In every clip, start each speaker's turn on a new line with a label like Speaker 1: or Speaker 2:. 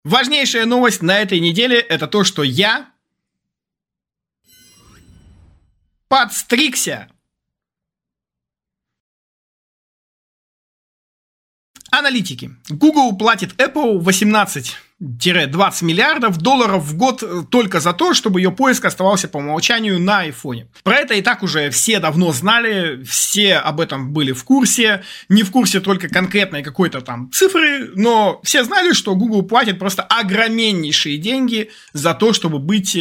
Speaker 1: Важнейшая новость на этой неделе – это то, что я подстригся. Аналитики. Google платит Apple 18-20 миллиардов долларов в год только за то, чтобы ее поиск оставался по умолчанию на айфоне. Про это и так уже все давно знали, все об этом были в курсе. Не в курсе только конкретной какой-то там цифры, но все знали, что Google платит просто огромнейшие деньги за то, чтобы быть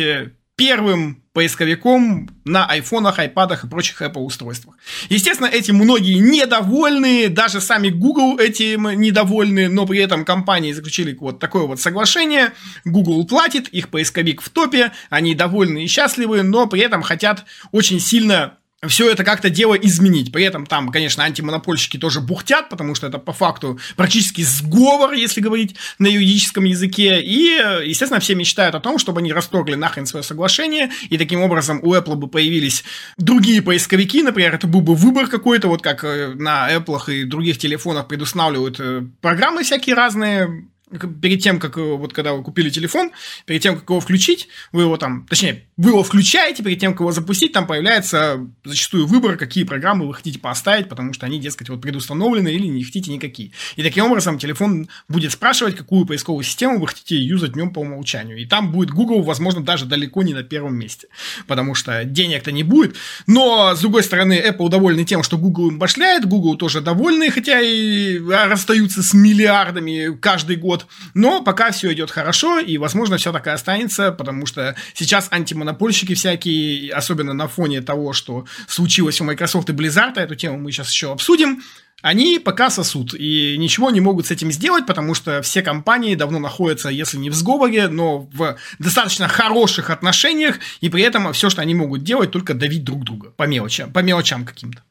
Speaker 1: первым поисковиком на айфонах, айпадах и прочих Apple устройствах. Естественно, этим многие недовольны, даже сами Google этим недовольны, но при этом компании заключили вот такое вот соглашение. Google платит, их поисковик в топе, они довольны и счастливы, но при этом хотят очень сильно все это как-то дело изменить. При этом там, конечно, антимонопольщики тоже бухтят, потому что это по факту практически сговор, если говорить на юридическом языке. И, естественно, все мечтают о том, чтобы они расторгли нахрен свое соглашение, и таким образом у Apple бы появились другие поисковики. Например, это был бы выбор какой-то, вот как на Apple и других телефонах предустанавливают программы всякие разные. Перед тем, как вот когда вы купили телефон, перед тем, как его включить, вы его там, точнее, вы его включаете, перед тем, как его запустить, там появляется зачастую выбор, какие программы вы хотите поставить, потому что они, дескать, вот предустановлены или не хотите никакие. И таким образом телефон будет спрашивать, какую поисковую систему вы хотите юзать в нем по умолчанию. И там будет Google, возможно, даже далеко не на первом месте, потому что денег-то не будет. Но, с другой стороны, Apple довольны тем, что Google им башляет, Google тоже довольны, хотя и расстаются с миллиардами каждый год. Но пока все идет хорошо, и, возможно, все так и останется, потому что сейчас антимонопольщики всякие, особенно на фоне того, что случилось у Microsoft и Blizzard, эту тему мы сейчас еще обсудим, они пока сосут и ничего не могут с этим сделать, потому что все компании давно находятся, если не в сговоре, но в достаточно хороших отношениях, и при этом все, что они могут делать, только давить друг друга по мелочам каким-то.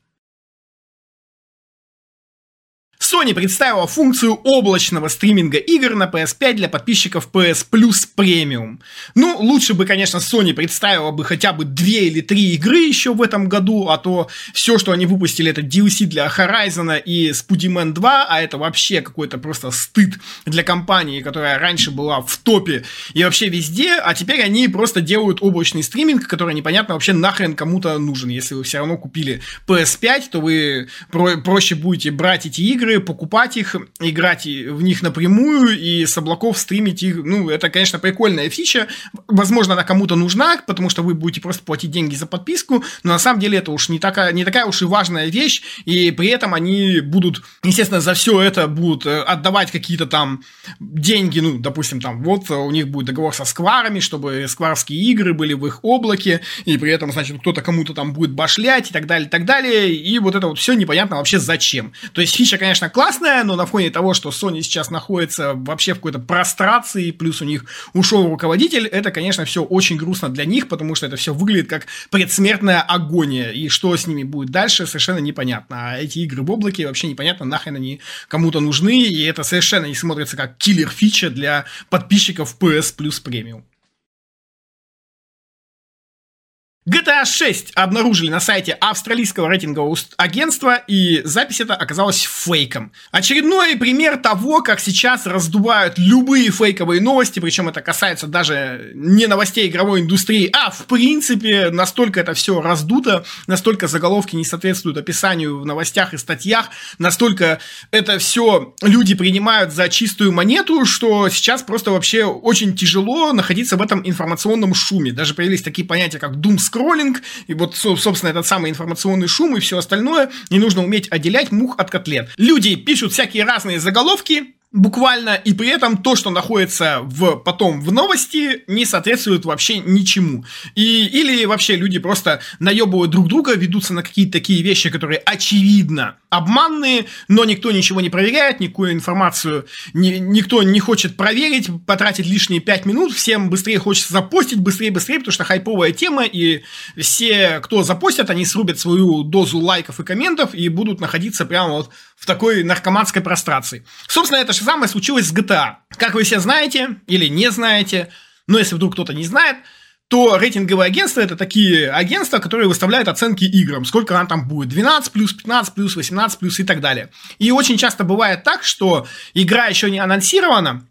Speaker 1: Sony представила функцию облачного стриминга игр на PS5 для подписчиков PS Plus Premium. Ну, лучше бы, конечно, Sony представила бы хотя бы 2 или 3 игры еще в этом году, а то все, что они выпустили, это DLC для Horizon и Spoodyman 2, а это вообще какой-то просто стыд для компании, которая раньше была в топе и вообще везде, а теперь они просто делают облачный стриминг, который непонятно вообще нахрен кому-то нужен. Если вы все равно купили PS5, то вы проще будете брать эти игры, покупать их, играть в них напрямую и с облаков стримить их. Ну, это, конечно, прикольная фича. Возможно, она кому-то нужна, потому что вы будете просто платить деньги за подписку, но на самом деле это уж не такая уж и важная вещь, и при этом они будут, естественно, за все это будут отдавать какие-то там деньги, ну, допустим, там, вот у них будет договор со скварами, чтобы скваровские игры были в их облаке, и при этом, значит, кто-то кому-то там будет башлять и так далее, и вот это вот все непонятно вообще зачем. То есть фича, конечно, классная, но на фоне того, что Sony сейчас находится вообще в какой-то прострации, плюс у них ушел руководитель, это, конечно, все очень грустно для них, потому что это все выглядит как предсмертная агония, и что с ними будет дальше, совершенно непонятно. А эти игры в облаке вообще непонятно, нахрен они кому-то нужны, и это совершенно не смотрится как киллер-фича для подписчиков PS Plus Premium. GTA 6 обнаружили на сайте австралийского рейтингового агентства, и запись эта оказалась фейком. Очередной пример того, как сейчас раздувают любые фейковые новости, причем это касается даже не новостей игровой индустрии, а в принципе настолько это все раздуто, настолько заголовки не соответствуют описанию в новостях и статьях, настолько это все люди принимают за чистую монету, что сейчас просто вообще очень тяжело находиться в этом информационном шуме. Даже появились такие понятия, как doomscrolling, и вот, собственно, этот самый информационный шум и все остальное, и нужно уметь отделять мух от котлет. Люди пишут всякие разные заголовки, буквально, и при этом то, что находится потом в новости, не соответствует вообще ничему. Или вообще люди просто наебывают друг друга, ведутся на какие-то такие вещи, которые очевидно обманные, но никто ничего не проверяет, никакую информацию никто не хочет проверить, потратить лишние 5 минут, всем быстрее хочется запостить, быстрее, потому что хайповая тема, и все, кто запостят, они срубят свою дозу лайков и комментов и будут находиться прямо вот в такой наркоманской прострации. Собственно, это же самое случилось с GTA. Как вы все знаете или не знаете, но если вдруг кто-то не знает, то рейтинговые агентства – это такие агентства, которые выставляют оценки играм. Сколько она там будет? 12+, 15+, 18+, и так далее. И очень часто бывает так, что игра еще не анонсирована,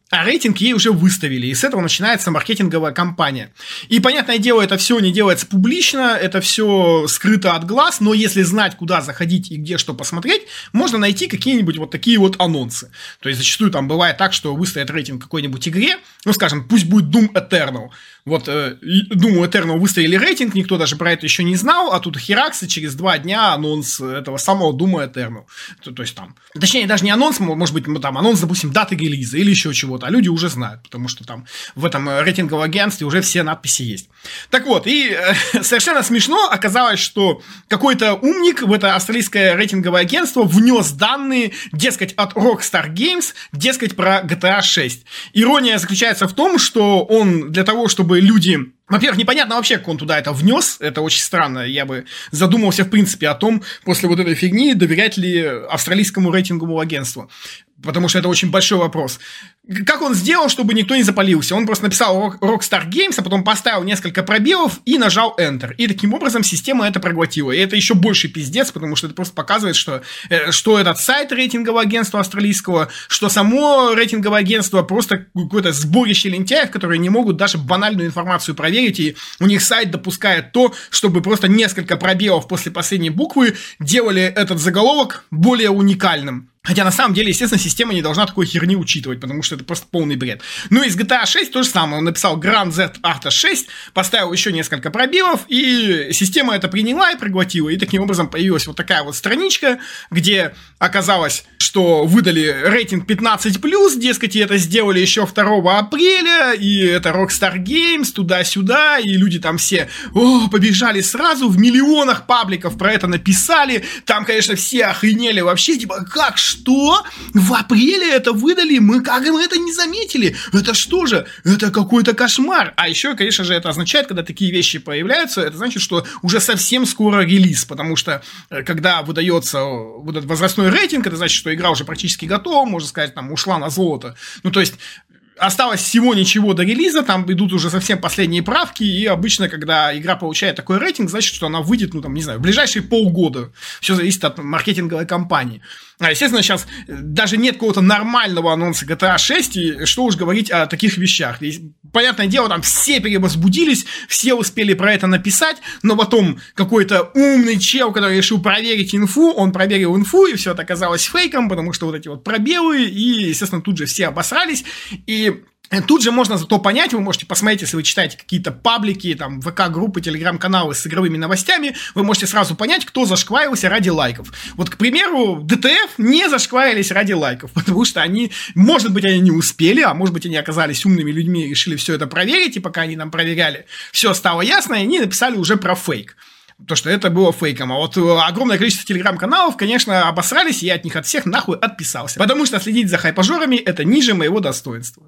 Speaker 1: а рейтинг ей уже выставили, и с этого начинается маркетинговая кампания. И, понятное дело, это все не делается публично, это все скрыто от глаз, но если знать, куда заходить и где что посмотреть, можно найти какие-нибудь вот такие вот анонсы. То есть, зачастую там бывает так, что выставят рейтинг какой-нибудь игре, ну, скажем, пусть будет Doom Eternal. Вот Doom Eternal выставили рейтинг, никто даже про это еще не знал, а тут херакс, и через 2 дня анонс этого самого Doom Eternal. То есть там, точнее, даже не анонс, может быть, там анонс, допустим, даты релиза или еще чего-то, а люди уже знают, потому что там в этом рейтинговом агентстве уже все надписи есть. Так вот, и совершенно смешно оказалось, что какой-то умник в это австралийское рейтинговое агентство внес данные, дескать, от Rockstar Games, дескать, про GTA 6. Ирония заключается в том, что он для того, чтобы люди... Во-первых, непонятно вообще, как он туда это внес, это очень странно, я бы задумался, в принципе, о том, после вот этой фигни, доверять ли австралийскому рейтинговому агентству, потому что это очень большой вопрос. Как он сделал, чтобы никто не запалился? Он просто написал Rockstar Games, а потом поставил несколько пробелов и нажал Enter, и таким образом система это проглотила, и это еще больше пиздец, потому что это просто показывает, что этот сайт рейтингового агентства австралийского, что само рейтинговое агентство просто какое-то сборище лентяев, которые не могут даже банальную информацию проверить, и у них сайт допускает то, чтобы просто несколько пробелов после последней буквы делали этот заголовок более уникальным. Хотя, на самом деле, естественно, система не должна такой херни учитывать, потому что это просто полный бред. Ну и с GTA 6 то же самое. Он написал Grand Z Arta 6, поставил еще несколько пробелов, и система это приняла и проглотила. И таким образом появилась вот такая вот страничка, где оказалось, что выдали рейтинг 15+, дескать, и это сделали еще 2 апреля, и это Rockstar Games, туда-сюда, и люди там все побежали сразу, в миллионах пабликов про это написали. Там, конечно, все охренели вообще, типа, как, что? В апреле это выдали? Как мы это не заметили? Это что же? Это какой-то кошмар. А еще, конечно же, это означает, когда такие вещи появляются, это значит, что уже совсем скоро релиз, потому что, когда выдается вот этот возрастной рейтинг, это значит, что игра уже практически готова, можно сказать, там, ушла на золото. Ну, то есть, осталось всего ничего до релиза, там идут уже совсем последние правки, и обычно, когда игра получает такой рейтинг, значит, что она выйдет, ну, там, не знаю, в ближайшие полгода. Все зависит от маркетинговой кампании. Естественно, сейчас даже нет какого-то нормального анонса GTA 6, и что уж говорить о таких вещах. И, понятное дело, там все перевозбудились, все успели про это написать, но потом какой-то умный чел, который решил проверить инфу, он проверил инфу, и все это оказалось фейком, потому что вот эти вот пробелы, и, естественно, тут же все обосрались, и тут же можно зато понять, вы можете посмотреть, если вы читаете какие-то паблики, там, ВК-группы, телеграм-каналы с игровыми новостями, вы можете сразу понять, кто зашкварился ради лайков. Вот, к примеру, ДТФ не зашкварились ради лайков, потому что они, может быть, они не успели, а может быть, они оказались умными людьми и решили все это проверить, и пока они нам проверяли, все стало ясно, и они написали уже про фейк. То, что это было фейком. А вот огромное количество телеграм-каналов, конечно, обосрались, и я от них от всех нахуй отписался. Потому что следить за хайпажорами – это ниже моего достоинства.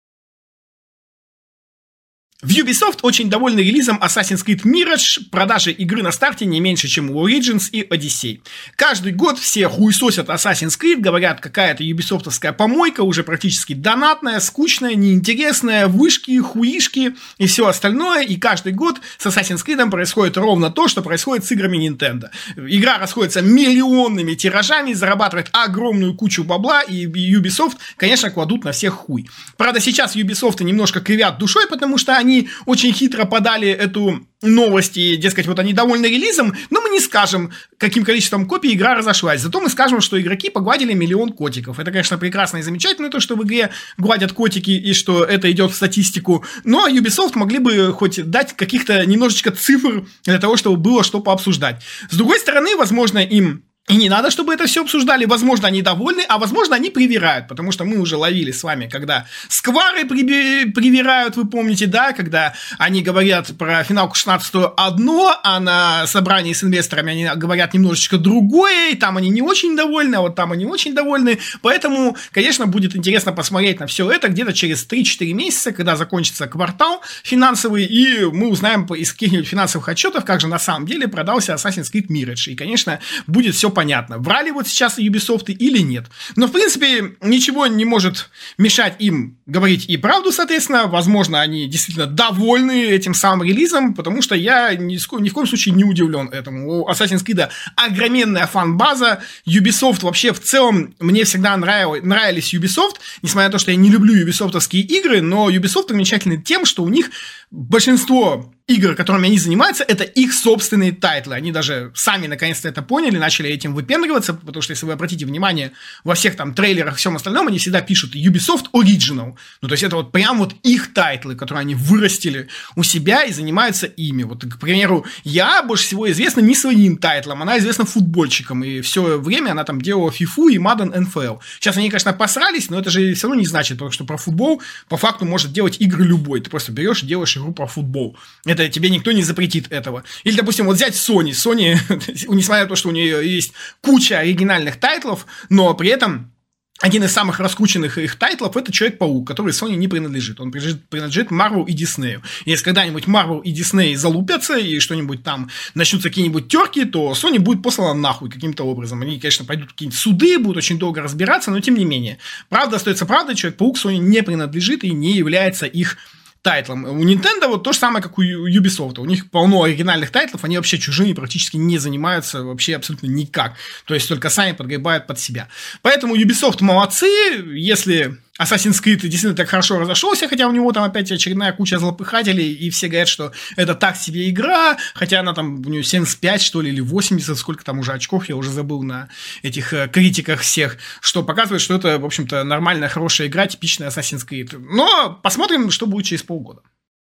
Speaker 1: В Ubisoft очень довольны релизом Assassin's Creed Mirage, продажи игры на старте не меньше, чем у Origins и Odyssey. Каждый год все хуесосят Assassin's Creed, говорят, какая-то юбисофтовская помойка, уже практически донатная, скучная, неинтересная, вышки, хуишки и все остальное, и каждый год с Assassin's Creed происходит ровно то, что происходит с играми Nintendo. Игра расходится миллионными тиражами, зарабатывает огромную кучу бабла, и Ubisoft, конечно, кладут на всех хуй. Правда, сейчас Ubisoft немножко кривят душой, потому что они очень хитро подали эту новость, и, дескать, вот они довольны релизом, но мы не скажем, каким количеством копий игра разошлась. Зато мы скажем, что игроки погладили 1 000 000 котиков. Это, конечно, прекрасно и замечательно, то, что в игре гладят котики, и что это идет в статистику. Но Ubisoft могли бы хоть дать каких-то немножечко цифр для того, чтобы было что пообсуждать. С другой стороны, возможно, им и не надо, чтобы это все обсуждали. Возможно, они довольны, а возможно, они привирают. Потому что мы уже ловили с вами, когда сквары привирают, вы помните, да? Когда они говорят про финалку 16-ю одно, а на собрании с инвесторами они говорят немножечко другое, и там они не очень довольны, а вот там они очень довольны. Поэтому, конечно, будет интересно посмотреть на все это где-то через 3-4 месяца, когда закончится квартал финансовый, и мы узнаем из каких-нибудь финансовых отчетов, как же на самом деле продался Assassin's Creed Mirage. И, конечно, будет все понятно, врали вот сейчас Ubisoft или нет. Но, в принципе, ничего не может мешать им говорить и правду, соответственно. Возможно, они действительно довольны этим самым релизом, потому что я ни в коем случае не удивлен этому. У Assassin's Creed огроменная фан-база. Ubisoft вообще в целом, мне всегда нравились Ubisoft, несмотря на то, что я не люблю юбисофтовские игры, но Ubisoft примечательны тем, что у них большинство игр, которыми они занимаются, это их собственные тайтлы. Они даже сами наконец-то это поняли, начали этим выпендриваться, потому что, если вы обратите внимание, во всех там трейлерах, всем остальном, они всегда пишут Ubisoft Original. Ну, то есть, это вот прям вот их тайтлы, которые они вырастили у себя и занимаются ими. Вот, к примеру, я больше всего известна не своим тайтлом, она известна футбольщиком, и все время она там делала FIFA и Madden NFL. Сейчас они, конечно, посрались, но это же все равно не значит, потому что про футбол по факту может делать игры любой. Ты просто берешь и делаешь игру про футбол. Это тебе никто не запретит этого. Или, допустим, вот взять Sony. Sony, несмотря на то, что у нее есть куча оригинальных тайтлов, но при этом один из самых раскрученных их тайтлов – это Человек-паук, который Sony не принадлежит. Он принадлежит Marvel и Disney. Если когда-нибудь Marvel и Disney залупятся и что-нибудь там начнутся какие-нибудь терки, то Sony будет послана нахуй каким-то образом. Они, конечно, пойдут в какие-нибудь суды, будут очень долго разбираться, но тем не менее. Правда остается правдой, Человек-паук Sony не принадлежит и не является их тайтлом. У Nintendo вот то же самое, как у Ubisoft. У них полно оригинальных тайтлов, они вообще чужими практически не занимаются вообще абсолютно никак. То есть, только сами подгребают под себя. Поэтому Ubisoft молодцы, если Assassin's Creed действительно так хорошо разошелся, хотя у него там опять очередная куча злопыхателей, и все говорят, что это так себе игра, хотя она там, у нее 75, что ли, или 80, сколько там уже очков, я уже забыл на этих критиках всех, что показывает, что это, в общем-то, нормальная, хорошая игра, типичная Assassin's Creed. Но посмотрим, что будет через полгода.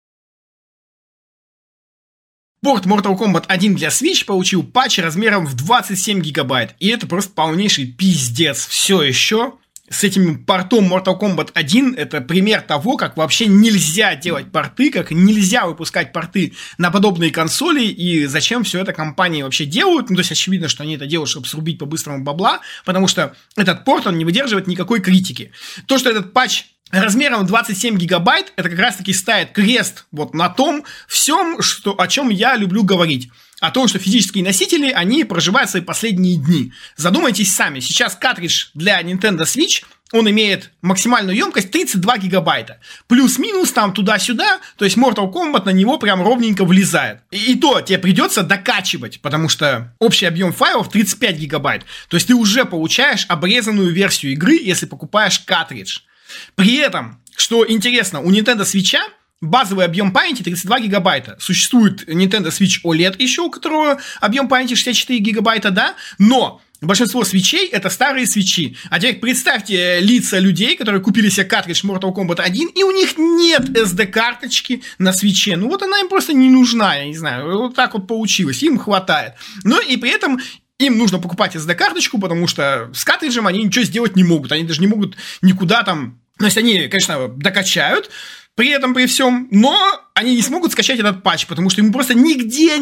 Speaker 1: Порт Mortal Kombat 1 для Switch получил патч размером в 27 гигабайт, и это просто полнейший пиздец. Все еще с этим портом Mortal Kombat 1 это пример того, как вообще нельзя делать порты, как нельзя выпускать порты на подобные консоли, и зачем все это компании вообще делают. Ну, то есть, очевидно, что они это делают, чтобы срубить по-быстрому бабла, потому что этот порт, он не выдерживает никакой критики. То, что этот патч размером 27 гигабайт, это как раз-таки ставит крест вот на том всем, о чем я люблю говорить. О том, что физические носители, они проживают свои последние дни. Задумайтесь сами, сейчас картридж для Nintendo Switch, он имеет максимальную емкость 32 гигабайта. Плюс-минус там туда-сюда, то есть Mortal Kombat на него прям ровненько влезает. И то тебе придется докачивать, потому что общий объем файлов 35 гигабайт. То есть ты уже получаешь обрезанную версию игры, если покупаешь картридж. При этом, что интересно, у Nintendo Switch базовый объем памяти 32 гигабайта. Существует Nintendo Switch OLED еще, у которого объем памяти 64 гигабайта, да, но большинство свитчей это старые свитчи. А теперь представьте лица людей, которые купили себе картридж Mortal Kombat 1, и у них нет SD-карточки на свитче. Ну вот она им просто не нужна, я не знаю, вот так вот получилось, им хватает. Но и при этом им нужно покупать SD-карточку, потому что с картриджем они ничего сделать не могут. Они даже не могут никуда там... То есть они, конечно, докачают, при этом, при всем, но они не смогут скачать этот патч, потому что ему просто нигде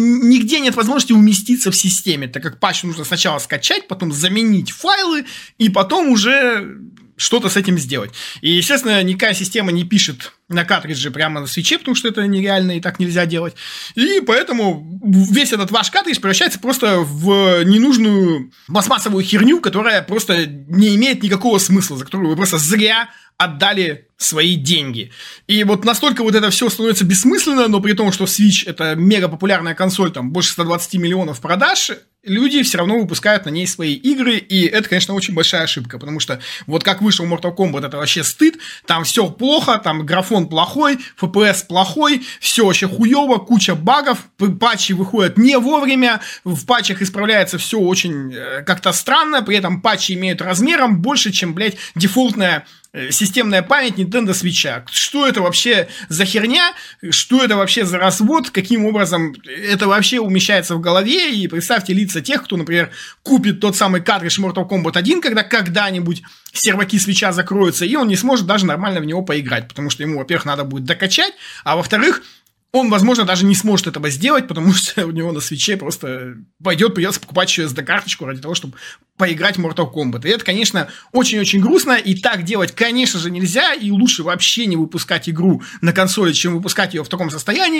Speaker 1: нет возможности уместиться в системе, так как патч нужно сначала скачать, потом заменить файлы, и потом уже что-то с этим сделать. И, естественно, никакая система не пишет на картридже прямо на свитче, потому что это нереально и так нельзя делать. И поэтому весь этот ваш картридж превращается просто в ненужную пластмассовую херню, которая просто не имеет никакого смысла, за которую вы просто зря отдали свои деньги. И вот настолько вот это все становится бессмысленно, но при том, что Switch это мега популярная консоль, там больше 120 миллионов продаж, люди все равно выпускают на ней свои игры, и это, конечно, очень большая ошибка, потому что вот как вышел Mortal Kombat, это вообще стыд, там все плохо, там графон плохой, FPS плохой, все вообще хуево, куча багов, патчи выходят не вовремя, в патчах исправляется все очень как-то странно, при этом патчи имеют размером больше, чем, блядь, дефолтная системная память Nintendo Switch. Что это вообще за херня? Что это вообще за развод? Каким образом это вообще умещается в голове? И представьте лица тех, кто, например, купит тот самый картридж Mortal Kombat 1, когда когда-нибудь серваки Switch закроются, и он не сможет даже нормально в него поиграть, потому что ему, во-первых, надо будет докачать, а во-вторых, он, возможно, даже не сможет этого сделать, потому что у него на свитче просто придется покупать еще SD-карточку ради того, чтобы поиграть в Mortal Kombat. И это, конечно, очень-очень грустно, и так делать, конечно же, нельзя, и лучше вообще не выпускать игру на консоли, чем выпускать ее в таком состоянии, но Warner Bros., видимо, насрать.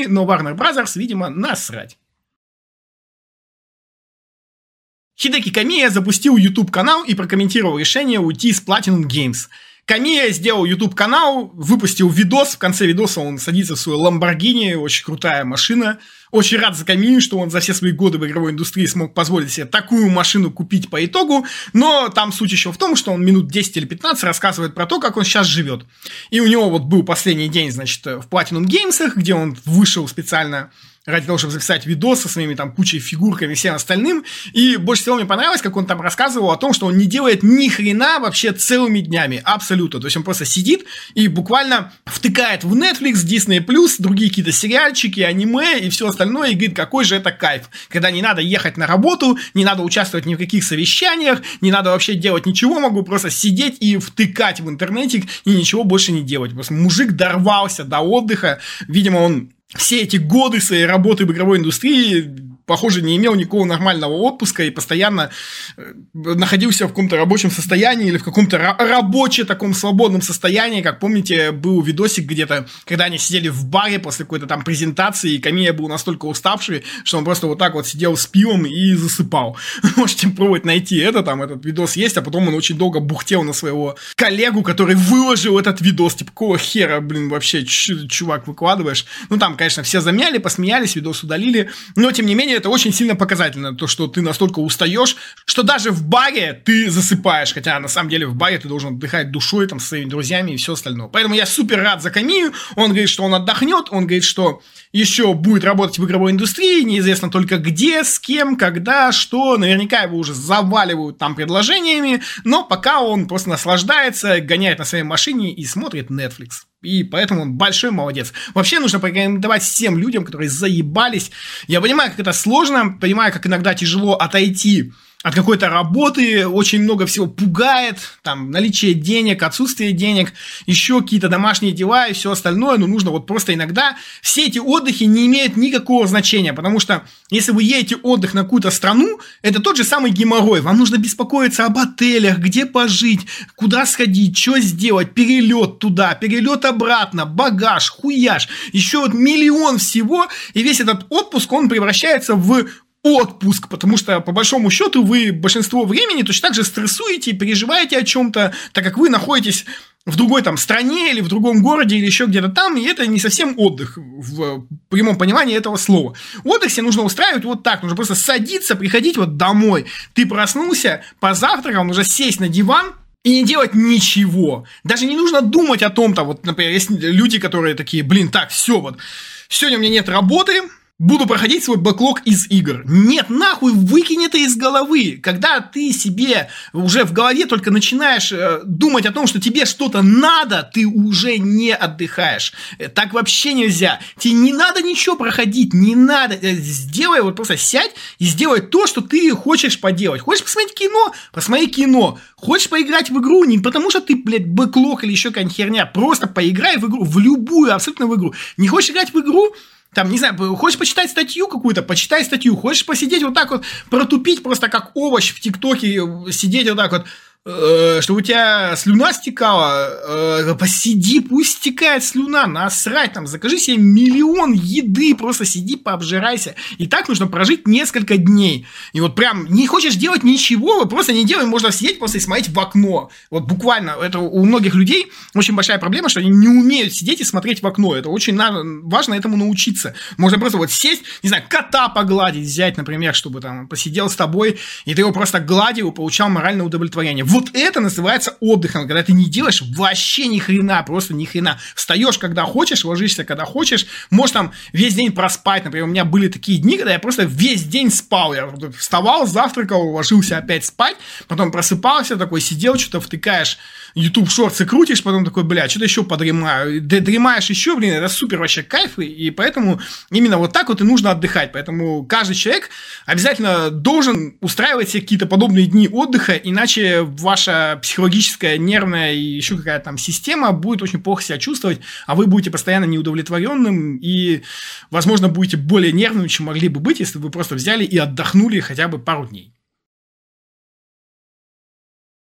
Speaker 1: Хидеки Камия запустил YouTube-канал и прокомментировал решение уйти с Platinum Games. Камия сделал YouTube-канал, выпустил видос. В конце видоса он садится в свою Lamborghini, очень крутая машина. Очень рад за Камию, что он за все свои годы в игровой индустрии смог позволить себе такую машину купить по итогу. Но там суть еще в том, что он минут 10 или 15 рассказывает про то, как он сейчас живет. И у него вот был последний день, значит, в Platinum Games, где он вышел специально ради того, чтобы записать видос со своими там кучей фигурками и всем остальным. И больше всего мне понравилось, как он там рассказывал о том, что он не делает ни хрена вообще целыми днями. Абсолютно. То есть он просто сидит и буквально втыкает в Netflix, Disney+, другие какие-то сериальчики, аниме и все остальное. И говорит, какой же это кайф. Когда не надо ехать на работу, не надо участвовать ни в каких совещаниях, не надо вообще делать ничего. Могу просто сидеть и втыкать в интернетик и ничего больше не делать. Просто мужик дорвался до отдыха. Видимо, он все эти годы своей работы в игровой индустрии, похоже, не имел никакого нормального отпуска и постоянно находился в каком-то рабочем состоянии или в каком-то рабочем таком свободном состоянии. Как помните, был видосик где-то, когда они сидели в баре после какой-то там презентации, и Камия был настолько уставший, что он просто вот так вот сидел с пивом и засыпал. Можете пробовать найти это, там этот видос есть, а потом он очень долго бухтел на своего коллегу, который выложил этот видос. Типа, какого хера, блин, вообще, чувак, выкладываешь? Ну, там, конечно, все замяли, посмеялись, видос удалили, но, тем не менее, это очень сильно показательно, то, что ты настолько устаешь, что даже в баре ты засыпаешь, хотя на самом деле в баре ты должен отдыхать душой там, со своими друзьями и все остальное. Поэтому я супер рад за Камию, он говорит, что он отдохнет, он говорит, что еще будет работать в игровой индустрии, неизвестно только где, с кем, когда, что, наверняка его уже заваливают там предложениями, но пока он просто наслаждается, гоняет на своей машине и смотрит Netflix. И поэтому он большой молодец. Вообще нужно порекомендовать всем людям, которые заебались. Я понимаю, как это сложно, понимаю, как иногда тяжело отойти от какой-то работы, очень много всего пугает, там, наличие денег, отсутствие денег, еще какие-то домашние дела и все остальное, но нужно вот просто иногда, все эти отдыхи не имеют никакого значения, потому что если вы едете отдых на какую-то страну, это тот же самый геморрой, вам нужно беспокоиться об отелях, где пожить, куда сходить, что сделать, перелет туда, перелет обратно, багаж, хуяж, еще вот миллион всего, и весь этот отпуск, он превращается в отпуск, потому что, по большому счету, вы большинство времени точно так же стрессуете, переживаете о чем-то, так как вы находитесь в другой там стране или в другом городе или еще где-то там, и это не совсем отдых в прямом понимании этого слова. Отдых себе нужно устраивать вот так, нужно просто садиться, приходить вот домой. Ты проснулся, позавтракал, нужно сесть на диван и не делать ничего. Даже не нужно думать о том-то, вот, например, есть люди, которые такие, блин, так, все, вот, сегодня у меня нет работы, буду проходить свой бэклог из игр. Нет, нахуй, выкинь это из головы. Когда ты себе уже в голове только начинаешь думать о том, что тебе что-то надо, ты уже не отдыхаешь. Так вообще нельзя. Тебе не надо ничего проходить, не надо. Сделай, вот просто сядь и сделай то, что ты хочешь поделать. Хочешь посмотреть кино? Посмотри кино. Хочешь поиграть в игру? Не потому что ты, блядь, бэклог или еще какая-нибудь херня. Просто поиграй в игру, в любую, абсолютно в игру. Не хочешь играть в игру? Там, не знаю, хочешь почитать статью какую-то, почитай статью. Хочешь посидеть вот так вот, протупить просто как овощ в ТикТоке, сидеть вот так вот, чтобы у тебя слюна стекала, посиди, пусть стекает слюна, насрать, там, закажи себе миллион еды, просто сиди, пообжирайся. И так нужно прожить несколько дней. И вот прям не хочешь делать ничего, просто не делай, можно сидеть просто и смотреть в окно. Вот буквально, это у многих людей очень большая проблема, что они не умеют сидеть и смотреть в окно. Это очень важно этому научиться. Можно просто вот сесть, не знаю, кота погладить, взять, например, чтобы там посидел с тобой, и ты его просто гладил и получал моральное удовлетворение. Вот это называется отдыхом, когда ты не делаешь вообще ни хрена, просто ни хрена. Встаешь, когда хочешь, ложишься, когда хочешь. Можешь там весь день проспать. Например, у меня были такие дни, когда я просто весь день спал. Я вставал, завтракал, ложился опять спать, потом просыпался, такой сидел, что-то втыкаешь YouTube шорты крутишь, потом такой, бля, что-то еще подремаю. Дремаешь еще, блин, это супер вообще кайф, и поэтому именно вот так вот и нужно отдыхать. Поэтому каждый человек обязательно должен устраивать себе какие-то подобные дни отдыха, иначе ваша психологическая, нервная и еще какая-то там система будет очень плохо себя чувствовать, а вы будете постоянно неудовлетворенным и, возможно, будете более нервным, чем могли бы быть, если бы вы просто взяли и отдохнули хотя бы пару дней.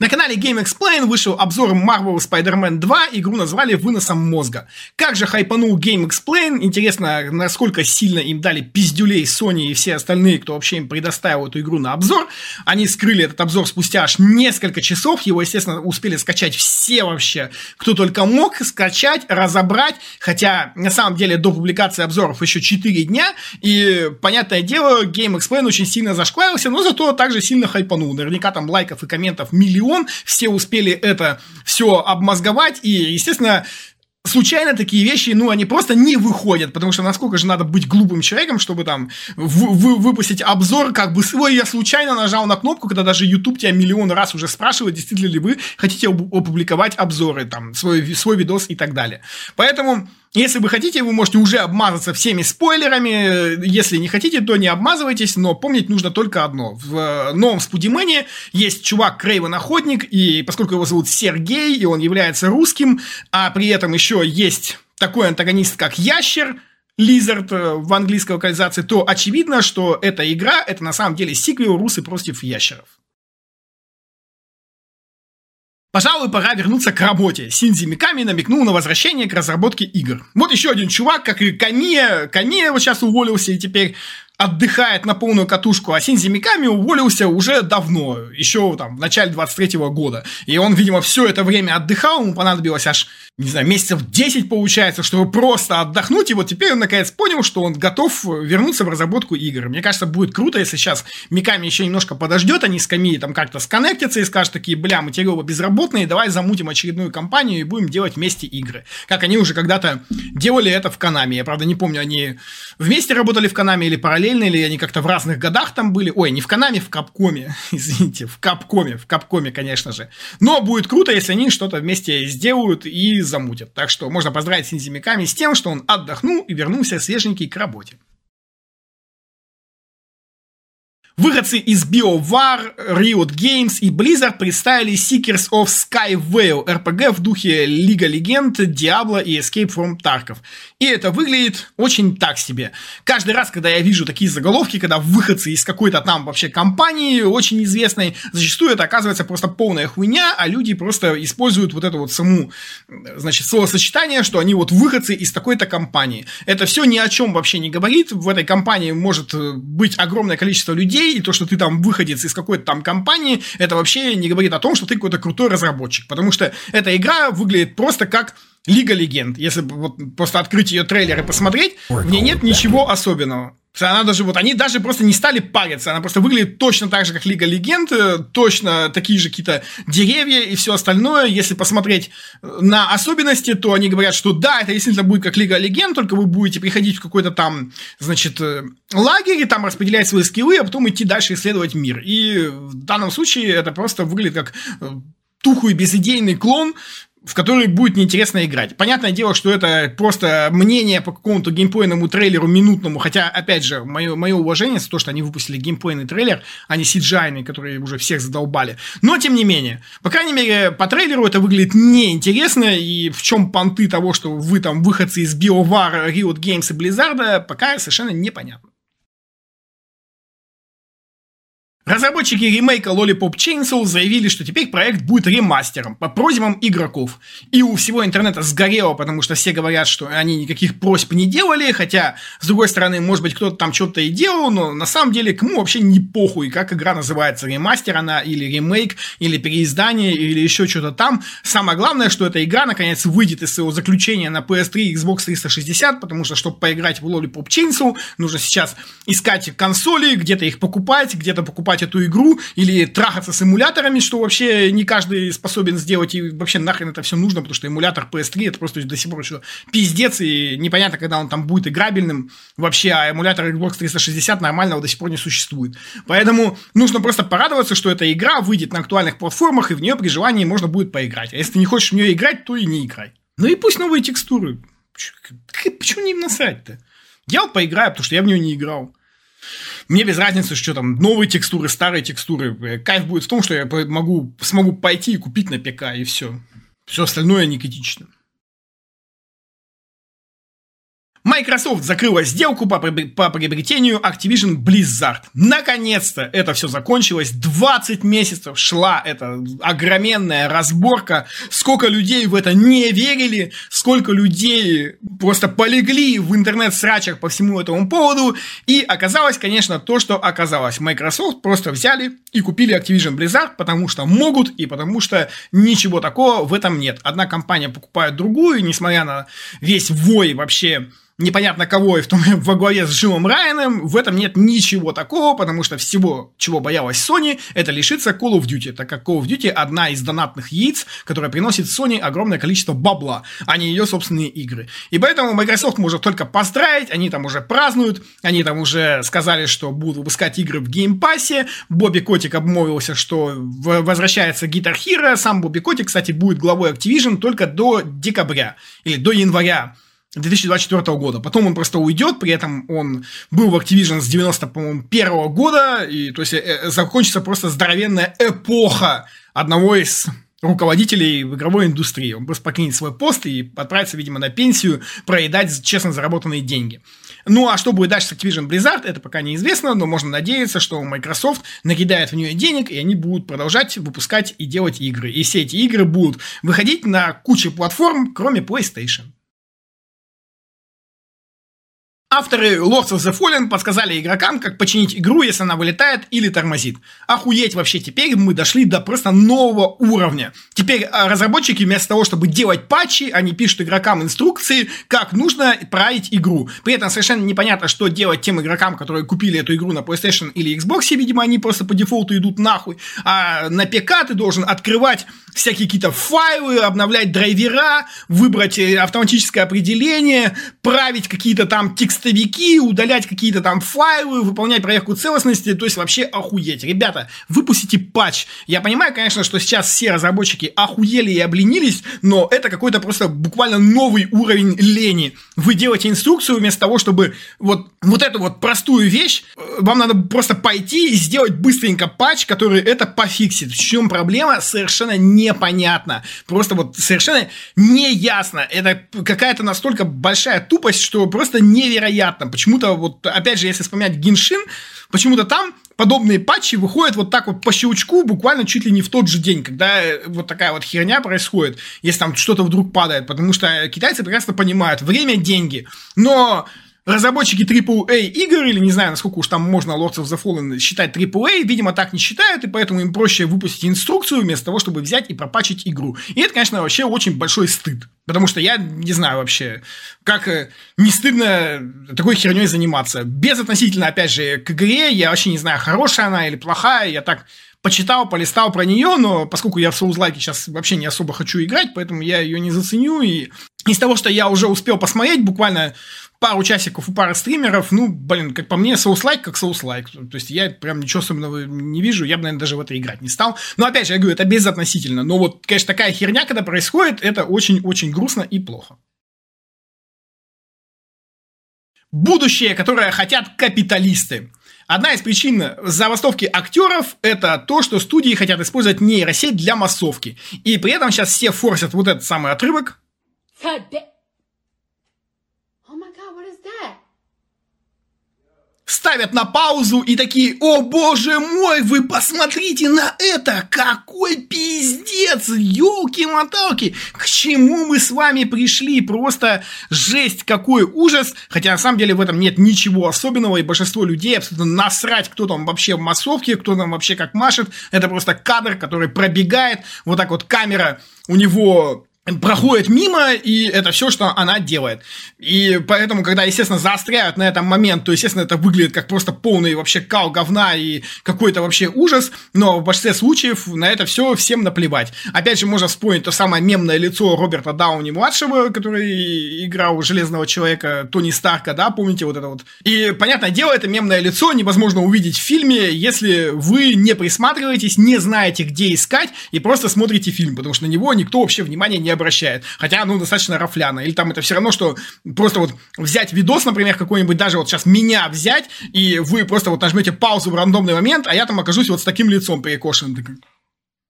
Speaker 1: На канале GameXplain вышел обзор Marvel Spider-Man 2, игру назвали «Выносом мозга». Как же хайпанул GameXplain, интересно, насколько сильно им дали пиздюлей Sony и все остальные, кто вообще им предоставил эту игру на обзор. Они скрыли этот обзор спустя аж несколько часов, его, естественно, успели скачать все вообще, кто только мог, скачать, разобрать, хотя, на самом деле, до публикации обзоров еще 4 дня, и, понятное дело, GameXplain очень сильно зашкварился, но зато также сильно хайпанул. Наверняка там лайков и комментов миллион, все успели это все обмозговать, и, естественно, случайно такие вещи, они просто не выходят, потому что насколько же надо быть глупым человеком, чтобы там выпустить обзор, как бы, я случайно нажал на кнопку, когда даже YouTube тебя миллион раз уже спрашивает, действительно ли вы хотите опубликовать обзоры, там, свой видос и так далее. Поэтому, если вы хотите, вы можете уже обмазаться всеми спойлерами, если не хотите, то не обмазывайтесь, но помнить нужно только одно. В новом Спудимене есть чувак Крейвен Охотник, и поскольку его зовут Сергей, и он является русским, а при этом еще есть такой антагонист, как Ящер, Лизард в английской локализации, то очевидно, что эта игра, это на самом деле сиквел «Русы против ящеров». Пожалуй, пора вернуться к работе. Синдзи Миками намекнул на возвращение к разработке игр. Вот еще один чувак, как и Камия. Камия вот сейчас уволился и теперь отдыхает на полную катушку, а Синдзи Миками уволился уже давно, еще там в начале 23-го года. И он, видимо, все это время отдыхал, ему понадобилось аж, не знаю, месяцев 10 получается, чтобы просто отдохнуть, и вот теперь он наконец понял, что он готов вернуться в разработку игр. Мне кажется, будет круто, если сейчас Миками еще немножко подождет, они с Камией там как-то сконнектятся и скажут такие, бля, мы теперь оба безработные, давай замутим очередную компанию и будем делать вместе игры. Как они уже когда-то делали это в Konami. Я, правда, не помню, они вместе работали в Konami или параллельно, или они как-то в разных годах там были. Ой, не в Konami, в Капкоме. Извините, в Капкоме, конечно же. Но будет круто, если они что-то вместе сделают и замутят. Так что можно поздравить Синдзи Миками с тем, что он отдохнул и вернулся свеженький к работе. Выходцы из BioWare, Riot Games и Blizzard представили Seekers of Skywale, RPG в духе Лига Легенд, Diablo и Escape from Tarkov. И это выглядит очень так себе. Каждый раз, когда я вижу такие заголовки, когда выходцы из какой-то там вообще компании очень известной, зачастую это оказывается просто полная хуйня, а люди просто используют вот это вот саму, значит, словосочетание, что они вот выходцы из такой-то компании. Это все ни о чем вообще не говорит. В этой компании может быть огромное количество людей, и то, что ты там выходец из какой-то там компании, это вообще не говорит о том, что ты какой-то крутой разработчик. Потому что эта игра выглядит просто как Лига Легенд. Если вот просто открыть ее трейлер и посмотреть, в ней нет ничего особенного. Она даже, вот они даже просто не стали париться, она просто выглядит точно так же, как Лига Легенд, точно такие же какие-то деревья и все остальное. Если посмотреть на особенности, то они говорят, что да, это действительно будет как Лига Легенд, только вы будете приходить в какой-то там, значит, лагерь, и там распределять свои скиллы, а потом идти дальше исследовать мир. И в данном случае это просто выглядит как тухлый безидейный клон, в который будет неинтересно играть. Понятное дело, что это просто мнение по какому-то геймплейному трейлеру минутному, хотя, опять же, мое уважение за то, что они выпустили геймплейный трейлер, а не CGI-ный, которые уже всех задолбали. Но, тем не менее, по крайней мере, по трейлеру это выглядит неинтересно, и в чем понты того, что вы там выходцы из BioWare, Riot Games и Blizzard, пока совершенно непонятно. Разработчики ремейка Lollipop Chainsaw заявили, что теперь проект будет ремастером по просьбам игроков. И у всего интернета сгорело, потому что все говорят, что они никаких просьб не делали, хотя, с другой стороны, может быть, кто-то там что-то и делал, но на самом деле кому вообще не похуй, как игра называется, ремастер она, или ремейк, или переиздание, или еще что-то там. Самое главное, что эта игра, наконец, выйдет из своего заключения на PS3 и Xbox 360, потому что, чтобы поиграть в Lollipop Chainsaw, нужно сейчас искать консоли, где-то их покупать, где-то покупать эту игру, или трахаться с эмуляторами, что вообще не каждый способен сделать, и вообще нахрен это все нужно, потому что эмулятор PS3 это просто до сих пор еще пиздец, и непонятно, когда он там будет играбельным вообще, а эмулятор Xbox 360 нормального до сих пор не существует. Поэтому нужно просто порадоваться, что эта игра выйдет на актуальных платформах, и в нее при желании можно будет поиграть. А если ты не хочешь в нее играть, то и не играй. Ну и пусть новые текстуры. Почему не им насрать-то? Я вот поиграю, потому что я в нее не играл. Мне без разницы, что там новые текстуры, старые текстуры. Кайф будет в том, что я смогу пойти и купить на ПК, и все. Все остальное не критично. Microsoft закрыла сделку по приобретению Activision Blizzard. Наконец-то это все закончилось. 20 месяцев шла эта огроменная разборка. Сколько людей в это не верили, сколько людей просто полегли в интернет-срачах по всему этому поводу. И оказалось, конечно, то, что оказалось. Microsoft просто взяли и купили Activision Blizzard, потому что могут и потому что ничего такого в этом нет. Одна компания покупает другую, несмотря на весь вой вообще непонятно кого, и в том во главе с Джимом Райаном, в этом нет ничего такого, потому что всего, чего боялась Sony, это лишиться Call of Duty, так как Call of Duty одна из донатных яиц, которая приносит Sony огромное количество бабла, а не ее собственные игры. И поэтому Microsoft может только поздравить, они там уже празднуют, они там уже сказали, что будут выпускать игры в геймпассе, Бобби Котик обмолвился, что возвращается Guitar Hero, сам Бобби Котик, кстати, будет главой Activision только до декабря, или до января 2024 года. Потом он просто уйдет, при этом он был в Activision с 91 года, и то есть закончится просто здоровенная эпоха одного из руководителей в игровой индустрии. Он просто покинет свой пост и отправится, видимо, на пенсию проедать честно заработанные деньги. Ну, а что будет дальше с Activision Blizzard, это пока неизвестно, но можно надеяться, что Microsoft накидает в нее денег, и они будут продолжать выпускать и делать игры. И все эти игры будут выходить на кучу платформ, кроме PlayStation. Авторы Lords of the Fallen подсказали игрокам, как починить игру, если она вылетает или тормозит. Охуеть, вообще теперь мы дошли до просто нового уровня. Теперь разработчики вместо того, чтобы делать патчи, они пишут игрокам инструкции, как нужно править игру. При этом совершенно непонятно, что делать тем игрокам, которые купили эту игру на PlayStation или Xbox, видимо, они просто по дефолту идут нахуй. А на ПК ты должен открывать всякие какие-то файлы, обновлять драйвера, выбрать автоматическое определение, править какие-то там текстовики, удалять какие-то там файлы, выполнять проверку целостности, то есть вообще охуеть. Ребята, выпустите патч. Я понимаю, конечно, что сейчас все разработчики охуели и обленились, но это какой-то просто буквально новый уровень лени. Вы делаете инструкцию вместо того, чтобы вот эту вот простую вещь, вам надо просто пойти и сделать быстренько патч, который это пофиксит. В чем проблема? Совершенно непонятно. Просто вот совершенно неясно. Это какая-то настолько большая тупость, что просто невероятно. Почему-то вот, опять же, если вспоминать Геншин, почему-то там подобные патчи выходят вот так вот по щелчку, буквально чуть ли не в тот же день, когда вот такая вот херня происходит, если там что-то вдруг падает, потому что китайцы прекрасно понимают, время – деньги, но разработчики AAA игр, или не знаю, насколько уж там можно Lords of the Fallen считать AAA, видимо, так не считают, и поэтому им проще выпустить инструкцию, вместо того, чтобы взять и пропатчить игру. И это, конечно, вообще очень большой стыд. Потому что я не знаю вообще, как не стыдно такой херней заниматься. Безотносительно, опять же, к игре, я вообще не знаю, хорошая она или плохая, я так почитал, полистал про нее, но поскольку я в Souls-like сейчас вообще не особо хочу играть, поэтому я ее не заценю, и из того, что я уже успел посмотреть, буквально пару часиков у пары стримеров, ну, блин, как по мне, Souls-like как Souls-like. То есть я прям ничего особенного не вижу, я бы, наверное, даже в это играть не стал. Но опять же, я говорю, это безотносительно. Но вот, конечно, такая херня, когда происходит, это очень-очень грустно и плохо. Будущее, которое хотят капиталисты. Одна из причин забастовки актеров – это то, что студии хотят использовать нейросеть для массовки. И при этом сейчас все форсят вот этот самый отрывок. Ставят на паузу и такие: о боже мой, вы посмотрите на это, какой пиздец, ёлки-моталки, к чему мы с вами пришли, просто жесть, какой ужас, хотя на самом деле в этом нет ничего особенного, и большинство людей абсолютно насрать, кто там вообще в массовке, кто там вообще как машет, это просто кадр, который пробегает, вот так вот камера у него проходит мимо, и это все, что она делает. И поэтому, когда, естественно, заостряют на этом момент, то, естественно, это выглядит как просто полный вообще кал говна и какой-то вообще ужас, но в большинстве случаев на это все всем наплевать. Опять же, можно вспомнить то самое мемное лицо Роберта Дауни-младшего, который играл Железного Человека, Тони Старка, да, помните вот это вот. И, понятное дело, это мемное лицо невозможно увидеть в фильме, если вы не присматриваетесь, не знаете, где искать, и просто смотрите фильм, потому что на него никто вообще внимания не обращает. Хотя, ну, достаточно рафляно. Или там это все равно, что просто вот взять видос, например, какой-нибудь, даже вот сейчас меня взять, и вы просто вот нажмете паузу в рандомный момент, а я там окажусь вот с таким лицом перекошенным.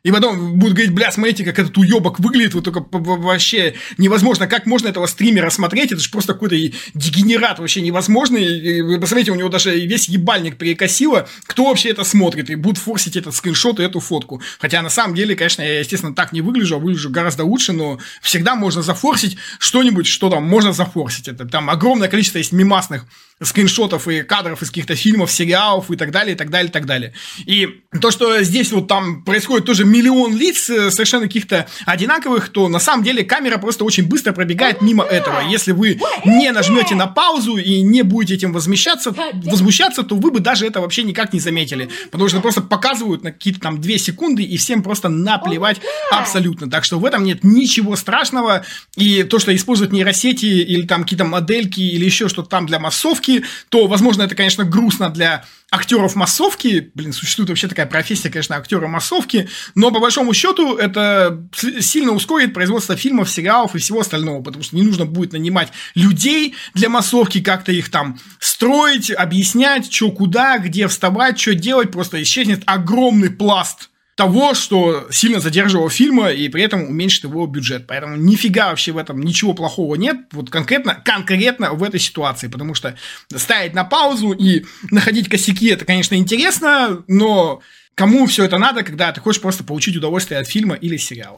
Speaker 1: И потом будут говорить, бля, смотрите, как этот уебок выглядит, вот только вообще невозможно, как можно этого стримера смотреть, это же просто какой-то дегенерат вообще невозможный, и вы посмотрите, у него даже весь ебальник перекосило, кто вообще это смотрит, и будут форсить этот скриншот и эту фотку. Хотя на самом деле, конечно, я, естественно, так не выгляжу, а выгляжу гораздо лучше, но всегда можно зафорсить что-нибудь, что там можно зафорсить. Это там огромное количество есть мемасных скриншотов и кадров из каких-то фильмов, сериалов и так далее, и так далее, и так далее. И то, что здесь вот там происходит тоже миллион лиц совершенно каких-то одинаковых, то на самом деле камера просто очень быстро пробегает мимо этого. Если вы не нажмете на паузу и не будете этим возмущаться, то вы бы даже это вообще никак не заметили. Потому что просто показывают на какие-то там 2 секунды, и всем просто наплевать абсолютно. Так что в этом нет ничего страшного. И то, что используют нейросети или там какие-то модельки или еще что-то там для массовки, то, возможно, это, конечно, грустно для актеров массовки. Блин, существует вообще такая профессия, конечно, актера массовки, но по большому счету это сильно ускорит производство фильмов, сериалов и всего остального, потому что не нужно будет нанимать людей для массовки, как-то их там строить, объяснять, что куда, где вставать, что делать, просто исчезнет огромный пласт того, что сильно задерживало фильма и при этом уменьшит его бюджет. Поэтому нифига вообще в этом ничего плохого нет, вот конкретно в этой ситуации, потому что ставить на паузу и находить косяки, это, конечно, интересно, но кому все это надо, когда ты хочешь просто получить удовольствие от фильма или сериала?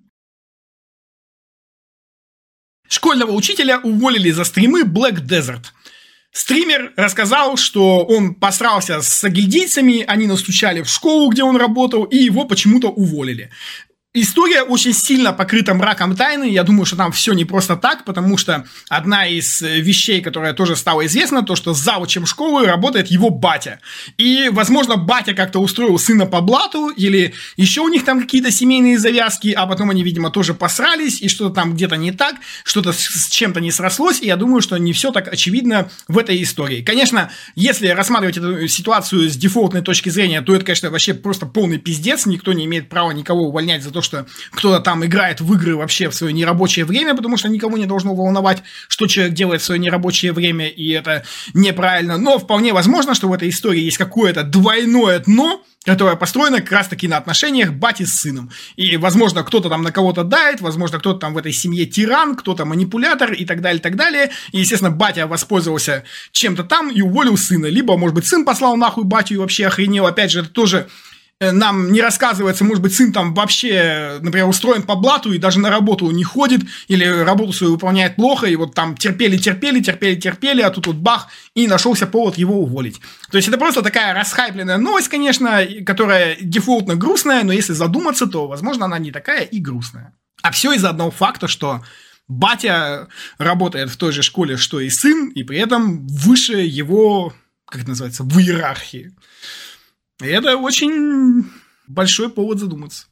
Speaker 1: Школьного учителя уволили за стримы Black Desert. Стример рассказал, что он посрался с сагильдийцами, они настучали в школу, где он работал, и его почему-то уволили. История очень сильно покрыта мраком тайны, я думаю, что там все не просто так, потому что одна из вещей, которая тоже стала известна, то, что завучем школы работает его батя. И, возможно, батя как-то устроил сына по блату, или еще у них там какие-то семейные завязки, а потом они, видимо, тоже посрались, и что-то там где-то не так, что-то с чем-то не срослось, и я думаю, что не все так очевидно в этой истории. Конечно, если рассматривать эту ситуацию с дефолтной точки зрения, то это, конечно, вообще просто полный пиздец, никто не имеет права никого увольнять за то, что кто-то там играет в игры вообще в свое нерабочее время, потому что никого не должно волновать, что человек делает в свое нерабочее время, и это неправильно. Но вполне возможно, что в этой истории есть какое-то двойное дно, которое построено как раз-таки на отношениях бати с сыном. И, возможно, кто-то там на кого-то дает, возможно, кто-то там в этой семье тиран, кто-то манипулятор и так далее, и так далее. И, естественно, батя воспользовался чем-то там и уволил сына. Либо, может быть, сын послал нахуй батю и вообще охренел. Опять же, это тоже нам не рассказывается, может быть, сын там вообще, например, устроен по блату и даже на работу не ходит, или работу свою выполняет плохо, и вот там терпели, а тут вот бах, и нашелся повод его уволить. То есть это просто такая расхайпленная новость, конечно, которая дефолтно грустная, но если задуматься, то, возможно, она не такая и грустная. А все из-за одного факта, что батя работает в той же школе, что и сын, и при этом выше его, как это называется, в иерархии. И это очень большой повод задуматься.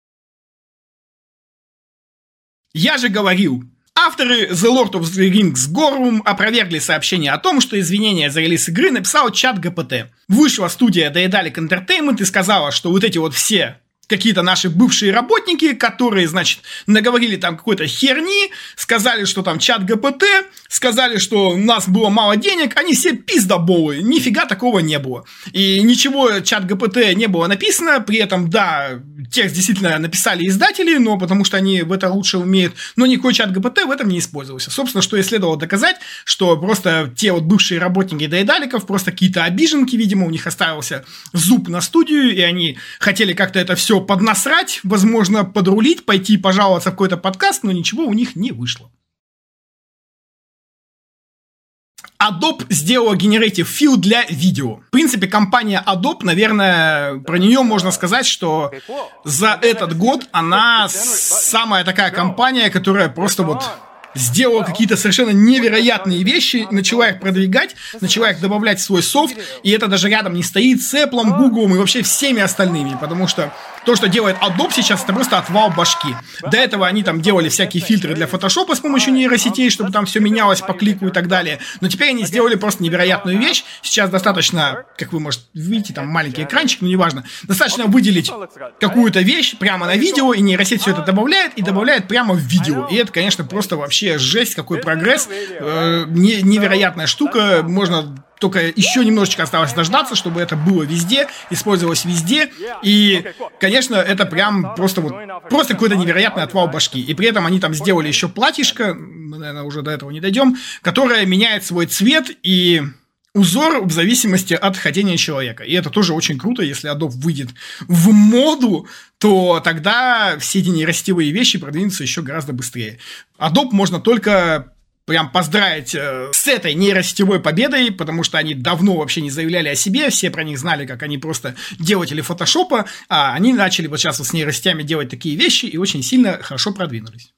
Speaker 1: Я же говорил, авторы The Lord of the Rings Gollum опровергли сообщение о том, что извинения за релиз игры написал чат ГПТ. Вышла студия Daedalic Entertainment и сказала, что вот эти вот все какие-то наши бывшие работники, которые, значит, наговорили там какой-то херни, сказали, что там чат ГПТ, сказали, что у нас было мало денег, они все пиздоболы, нифига такого не было. И ничего чат ГПТ не было написано, при этом, да, текст действительно написали издатели, но потому что они в это лучше умеют, но никакой чат ГПТ в этом не использовался. Собственно, что и следовало доказать, что просто те вот бывшие работники Daedalic просто какие-то обиженки, видимо, у них оставился зуб на студию, и они хотели как-то это все поднасрать, возможно, подрулить, пойти пожаловаться в какой-то подкаст, но ничего у них не вышло. Adobe сделала Generative Fill для видео. В принципе, компания Adobe, наверное, про нее можно сказать, что за этот год она самая такая компания, которая просто вот сделала какие-то совершенно невероятные вещи, начала их продвигать, начала их добавлять в свой софт, и это даже рядом не стоит с Apple, Google и вообще всеми остальными, потому что то, что делает Adobe сейчас, это просто отвал башки. До этого они там делали всякие фильтры для фотошопа с помощью нейросетей, чтобы там все менялось по клику и так далее, но теперь они сделали просто невероятную вещь. Сейчас достаточно, как вы, может, видите, там маленький экранчик, но неважно, достаточно выделить какую-то вещь прямо на видео, и нейросеть все это добавляет, и добавляет прямо в видео, и это, конечно, просто вообще жесть, какой прогресс, невероятная штука, можно только еще немножечко осталось дождаться, чтобы это было везде, использовалось везде. И, конечно, это прям просто какой-то невероятный отвал башки. И при этом они там сделали еще платьишко, мы, наверное, уже до этого не дойдем, которое меняет свой цвет и узор в зависимости от хотения человека. И это тоже очень круто. Если Adobe выйдет в моду, то тогда все эти нейросетевые вещи продвинутся еще гораздо быстрее. Adobe можно только прям поздравить с этой нейросетевой победой, потому что они давно вообще не заявляли о себе, все про них знали, как они просто делатели фотошопа, а они начали вот сейчас с нейросетями делать такие вещи и очень сильно хорошо продвинулись.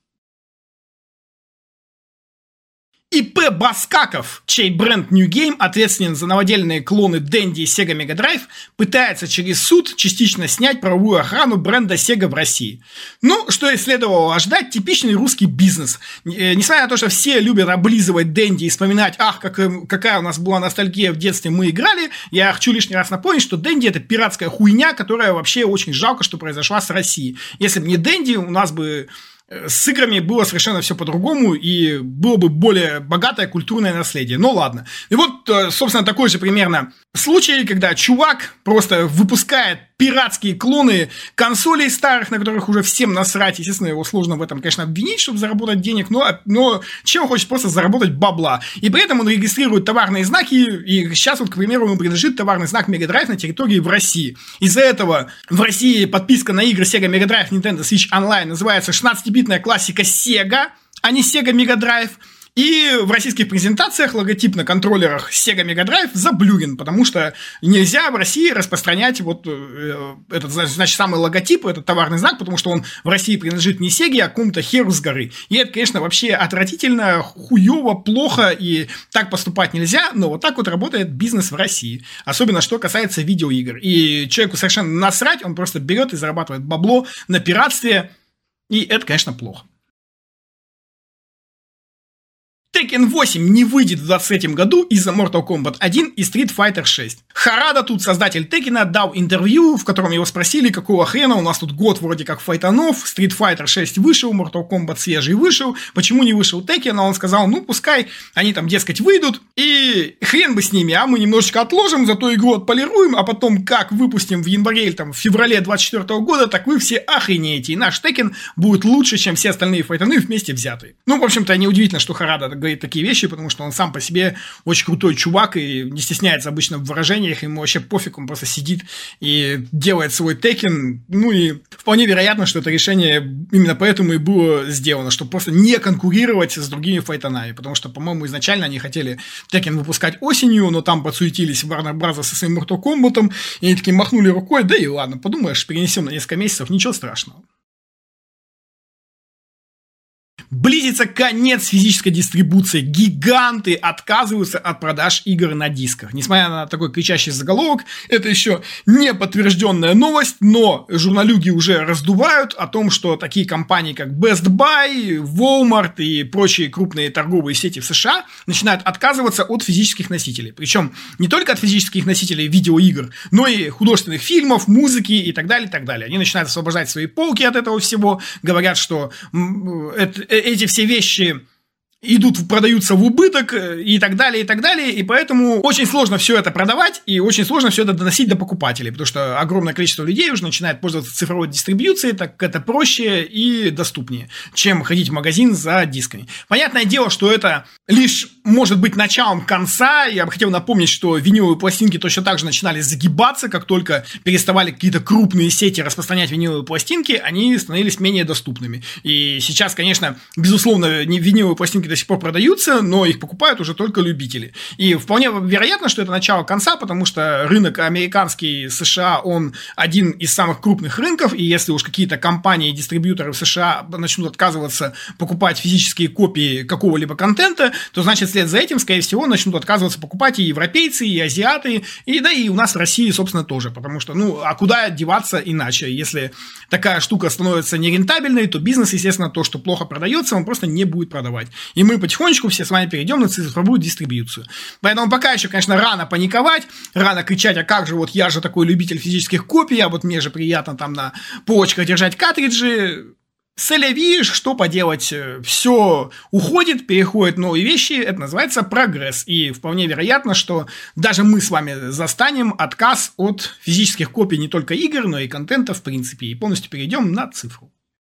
Speaker 1: ИП Баскаков, чей бренд New Game ответственен за новодельные клоны Dendy и Sega Mega Drive, пытается через суд частично снять правовую охрану бренда Sega в России. Ну, что и следовало ожидать, типичный русский бизнес. Несмотря на то, что все любят облизывать Dendy и вспоминать, какая у нас была ностальгия в детстве, мы играли, я хочу лишний раз напомнить, что Dendy — это пиратская хуйня, которая вообще очень жалко, что произошла с Россией. Если бы не Dendy, у нас бы с играми было совершенно все по-другому, и было бы более богатое культурное наследие. Ну ладно. И вот, собственно, такой же примерно случай, когда чувак просто выпускает пиратские клоны консолей старых, на которых уже всем насрать. Естественно, его сложно в этом, конечно, обвинить, чтобы заработать денег, но чем он хочет просто заработать бабла. И при этом он регистрирует товарные знаки, и сейчас вот, к примеру, ему принадлежит товарный знак Mega Drive на территории в России. Из-за этого в России подписка на игры Sega Mega Drive Nintendo Switch Online называется 16-битная классика Sega, а не Sega Mega Drive. И в российских презентациях логотип на контроллерах Sega Mega Drive заблюрен, потому что нельзя в России распространять вот этот, значит, самый логотип, этот товарный знак, потому что он в России принадлежит не Sega, а какому-то херу с горы. И это, конечно, вообще отвратительно, хуёво, плохо, и так поступать нельзя, но вот так вот работает бизнес в России. Особенно, что касается видеоигр. И человеку совершенно насрать, он просто берет и зарабатывает бабло на пиратстве, и это, конечно, плохо. Tekken 8 не выйдет в 2023 году из-за Mortal Kombat 1 и Street Fighter 6. Харада, тут создатель Tekken, дал интервью, в котором его спросили, какого хрена, у нас тут год вроде как файтанов, Street Fighter 6 вышел, Mortal Kombat свежий вышел, почему не вышел Tekken? А он сказал, ну пускай они там, дескать, выйдут, и хрен бы с ними, а мы немножечко отложим, зато игру отполируем, а потом как выпустим в январе или там в феврале 2024 года, так вы все охренеете, и наш Tekken будет лучше, чем все остальные файтаны вместе взятые. Ну, в общем-то, неудивительно, что Харада говорит такие вещи, потому что он сам по себе очень крутой чувак и не стесняется обычно в выражениях, ему вообще пофиг, он просто сидит и делает свой Tekken, ну и вполне вероятно, что это решение именно поэтому и было сделано, чтобы просто не конкурировать с другими файтанами, потому что, по-моему, изначально они хотели Tekken выпускать осенью, но там подсуетились Warner Bros. Со своим Mortal Kombat, и они такие махнули рукой, да и ладно, подумаешь, перенесем на несколько месяцев, ничего страшного. Близится конец физической дистрибуции. Гиганты отказываются от продаж игр на дисках. Несмотря на такой кричащий заголовок, это еще не подтвержденная новость, но журналюги уже раздувают о том, что такие компании, как Best Buy, Walmart и прочие крупные торговые сети в США начинают отказываться от физических носителей. Причем не только от физических носителей видеоигр, но и художественных фильмов, музыки и так далее, и так далее. Они начинают освобождать свои полки от этого всего, говорят, что эти все вещи продаются в убыток и так далее, и поэтому очень сложно все это продавать и очень сложно все это доносить до покупателей, потому что огромное количество людей уже начинает пользоваться цифровой дистрибьюцией, так это проще и доступнее, чем ходить в магазин за дисками. Понятное дело, что это лишь может быть началом конца. Я бы хотел напомнить, что виниловые пластинки точно так же начинали загибаться, как только переставали какие-то крупные сети распространять виниловые пластинки, они становились менее доступными. И сейчас, конечно, безусловно, виниловые пластинки до сих пор продаются, но их покупают уже только любители. И вполне вероятно, что это начало конца, потому что рынок американский США, он один из самых крупных рынков, и если уж какие-то компании и дистрибьюторы в США начнут отказываться покупать физические копии какого-либо контента, то значит вслед за этим, скорее всего, начнут отказываться покупать и европейцы, и азиаты, и да и у нас в России, собственно, тоже, потому что, ну, а куда деваться иначе? Если такая штука становится нерентабельной, то бизнес, естественно, то, что плохо продается, он просто не будет продавать. И мы потихонечку все с вами перейдем на цифровую дистрибьюцию. Поэтому пока еще, конечно, рано паниковать, рано кричать, а как же, вот я же такой любитель физических копий, а вот мне же приятно там на полочках держать картриджи. Селяви, что поделать, все уходит, переходит в новые вещи, это называется прогресс. И вполне вероятно, что даже мы с вами застанем отказ от физических копий не только игр, но и контента в принципе, и полностью перейдем на цифру.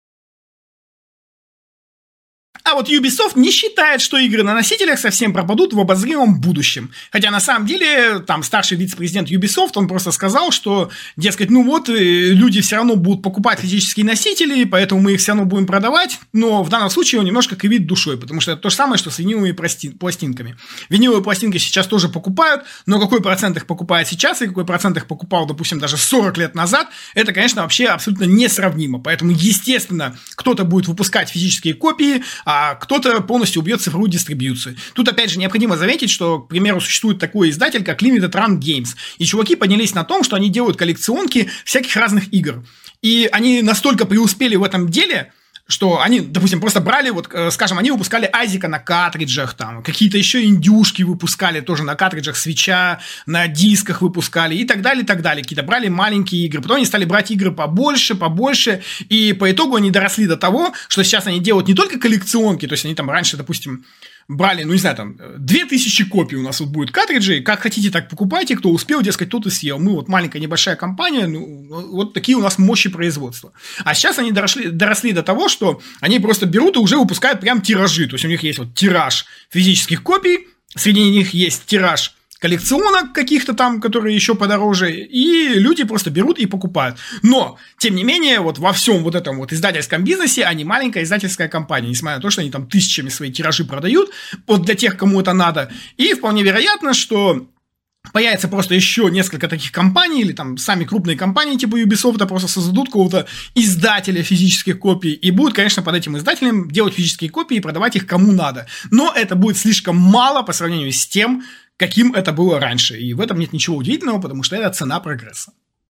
Speaker 1: А вот Ubisoft не считает, что игры на носителях совсем пропадут в обозримом будущем. Хотя на самом деле там старший вице-президент Ubisoft, он просто сказал, что, дескать, ну вот, люди все равно будут покупать физические носители, поэтому мы их все равно будем продавать, но в данном случае он немножко кривит душой, потому что это то же самое, что с виниловыми пластинками. Виниловые пластинки сейчас тоже покупают, но какой процент их покупает сейчас и какой процент их покупал, допустим, даже 40 лет назад, это, конечно, вообще абсолютно несравнимо. Поэтому, естественно, кто-то будет выпускать физические копии, а кто-то полностью убьет цифровую дистрибьюцию. Тут, опять же, необходимо заметить, что, к примеру, существует такой издатель, как Limited Run Games. И чуваки поднялись на том, что они делают коллекционки всяких разных игр. И они настолько преуспели в этом деле, что они, допустим, просто брали, вот, скажем, они выпускали Айзека на картриджах, там, какие-то еще индюшки выпускали тоже на картриджах, Свитча, на дисках выпускали и так далее, и так далее. Какие-то брали маленькие игры. Потом они стали брать игры побольше, и по итогу они доросли до того, что сейчас они делают не только коллекционки, то есть они там раньше, допустим, брали, ну, не знаю, там, 2000 копий у нас вот будет картриджей, как хотите, так покупайте, кто успел, дескать, тот и съел. Мы вот маленькая небольшая компания, ну, вот такие у нас мощи производства. А сейчас они доросли до того, что они просто берут и уже выпускают прям тиражи, то есть у них есть вот тираж физических копий, среди них есть тираж коллекционок каких-то там, которые еще подороже, и люди просто берут и покупают. Но, тем не менее, вот во всем вот этом вот издательском бизнесе они маленькая издательская компания, несмотря на то, что они там тысячами свои тиражи продают, вот для тех, кому это надо, и вполне вероятно, что появится просто еще несколько таких компаний, или там сами крупные компании типа Ubisoft просто создадут какого-то издателя физических копий и будут, конечно, под этим издателем делать физические копии и продавать их кому надо. Но это будет слишком мало по сравнению с тем, каким это было раньше. И в этом нет ничего удивительного, потому что это цена прогресса.